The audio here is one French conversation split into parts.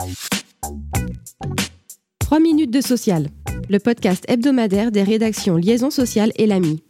3 minutes de social, le podcast hebdomadaire des rédactions Liaison Sociale et l'AMI.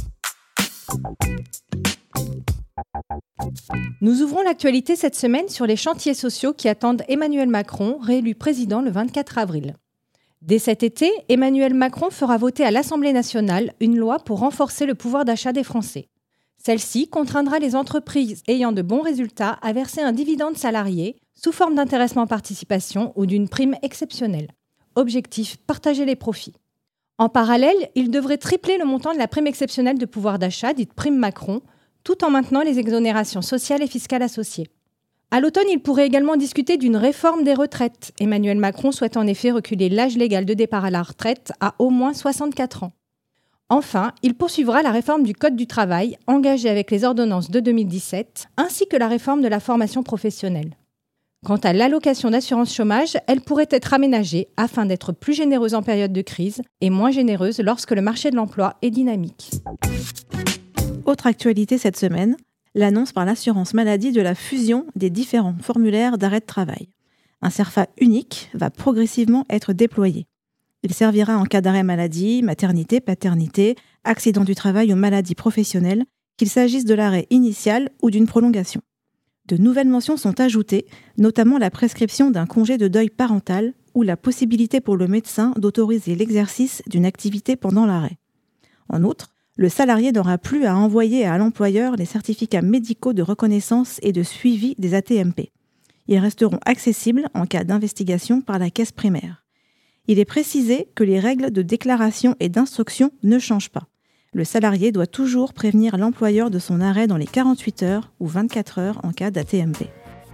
Nous ouvrons l'actualité cette semaine sur les chantiers sociaux qui attendent Emmanuel Macron, réélu président le 24 avril. Dès cet été, Emmanuel Macron fera voter à l'Assemblée nationale une loi pour renforcer le pouvoir d'achat des Français. Celle-ci contraindra les entreprises ayant de bons résultats à verser un dividende salarié sous forme d'intéressement participation ou d'une prime exceptionnelle. Objectif, partager les profits. En parallèle, il devrait tripler le montant de la prime exceptionnelle de pouvoir d'achat, dite prime Macron, tout en maintenant les exonérations sociales et fiscales associées. À l'automne, il pourrait également discuter d'une réforme des retraites. Emmanuel Macron souhaite en effet reculer l'âge légal de départ à la retraite à au moins 64 ans. Enfin, il poursuivra la réforme du Code du travail, engagée avec les ordonnances de 2017, ainsi que la réforme de la formation professionnelle. Quant à l'allocation d'assurance chômage, elle pourrait être aménagée afin d'être plus généreuse en période de crise et moins généreuse lorsque le marché de l'emploi est dynamique. Autre actualité cette semaine, l'annonce par l'assurance maladie de la fusion des différents formulaires d'arrêt de travail. Un CERFA unique va progressivement être déployé. Il servira en cas d'arrêt maladie, maternité, paternité, accident du travail ou maladie professionnelle, qu'il s'agisse de l'arrêt initial ou d'une prolongation. De nouvelles mentions sont ajoutées, notamment la prescription d'un congé de deuil parental ou la possibilité pour le médecin d'autoriser l'exercice d'une activité pendant l'arrêt. En outre, le salarié n'aura plus à envoyer à l'employeur les certificats médicaux de reconnaissance et de suivi des AT-MP. Ils resteront accessibles en cas d'investigation par la caisse primaire. Il est précisé que les règles de déclaration et d'instruction ne changent pas. Le salarié doit toujours prévenir l'employeur de son arrêt dans les 48 heures ou 24 heures en cas d'AT-MP.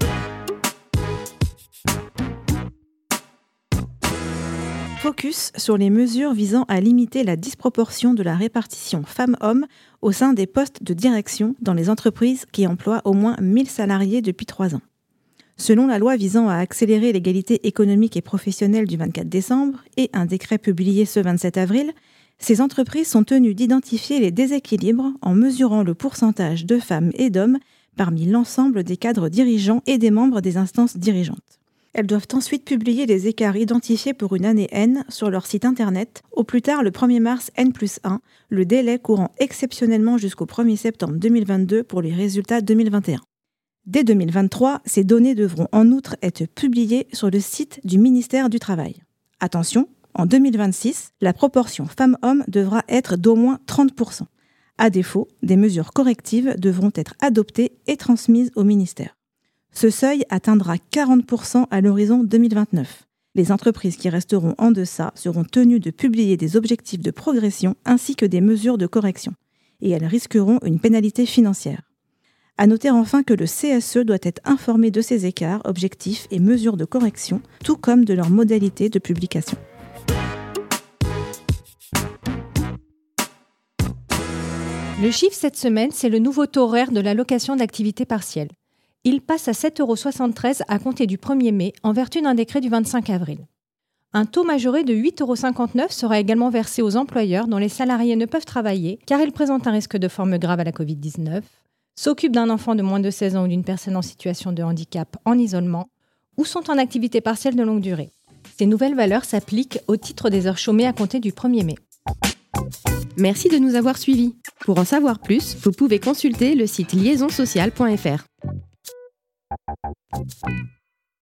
Focus sur les mesures visant à limiter la disproportion de la répartition femmes-hommes au sein des postes de direction dans les entreprises qui emploient au moins 1000 salariés depuis 3 ans. Selon la loi visant à accélérer l'égalité économique et professionnelle du 24 décembre et un décret publié ce 27 avril, ces entreprises sont tenues d'identifier les déséquilibres en mesurant le pourcentage de femmes et d'hommes parmi l'ensemble des cadres dirigeants et des membres des instances dirigeantes. Elles doivent ensuite publier les écarts identifiés pour une année N sur leur site internet, au plus tard le 1er mars N+1, le délai courant exceptionnellement jusqu'au 1er septembre 2022 pour les résultats 2021. Dès 2023, ces données devront en outre être publiées sur le site du ministère du Travail. Attention, en 2026, la proportion femmes-hommes devra être d'au moins 30%. À défaut, des mesures correctives devront être adoptées et transmises au ministère. Ce seuil atteindra 40% à l'horizon 2029. Les entreprises qui resteront en deçà seront tenues de publier des objectifs de progression ainsi que des mesures de correction. Et elles risqueront une pénalité financière. À noter enfin que le CSE doit être informé de ces écarts, objectifs et mesures de correction, tout comme de leurs modalités de publication. Le chiffre cette semaine, c'est le nouveau taux horaire de l'allocation d'activité partielle. Il passe à 7,73 € à compter du 1er mai en vertu d'un décret du 25 avril. Un taux majoré de 8,59 € sera également versé aux employeurs dont les salariés ne peuvent travailler car ils présentent un risque de forme grave à la Covid-19, s'occupent d'un enfant de moins de 16 ans ou d'une personne en situation de handicap en isolement ou sont en activité partielle de longue durée. Ces nouvelles valeurs s'appliquent au titre des heures chômées à compter du 1er mai. Merci de nous avoir suivis. Pour en savoir plus, vous pouvez consulter le site liaisonsociale.fr.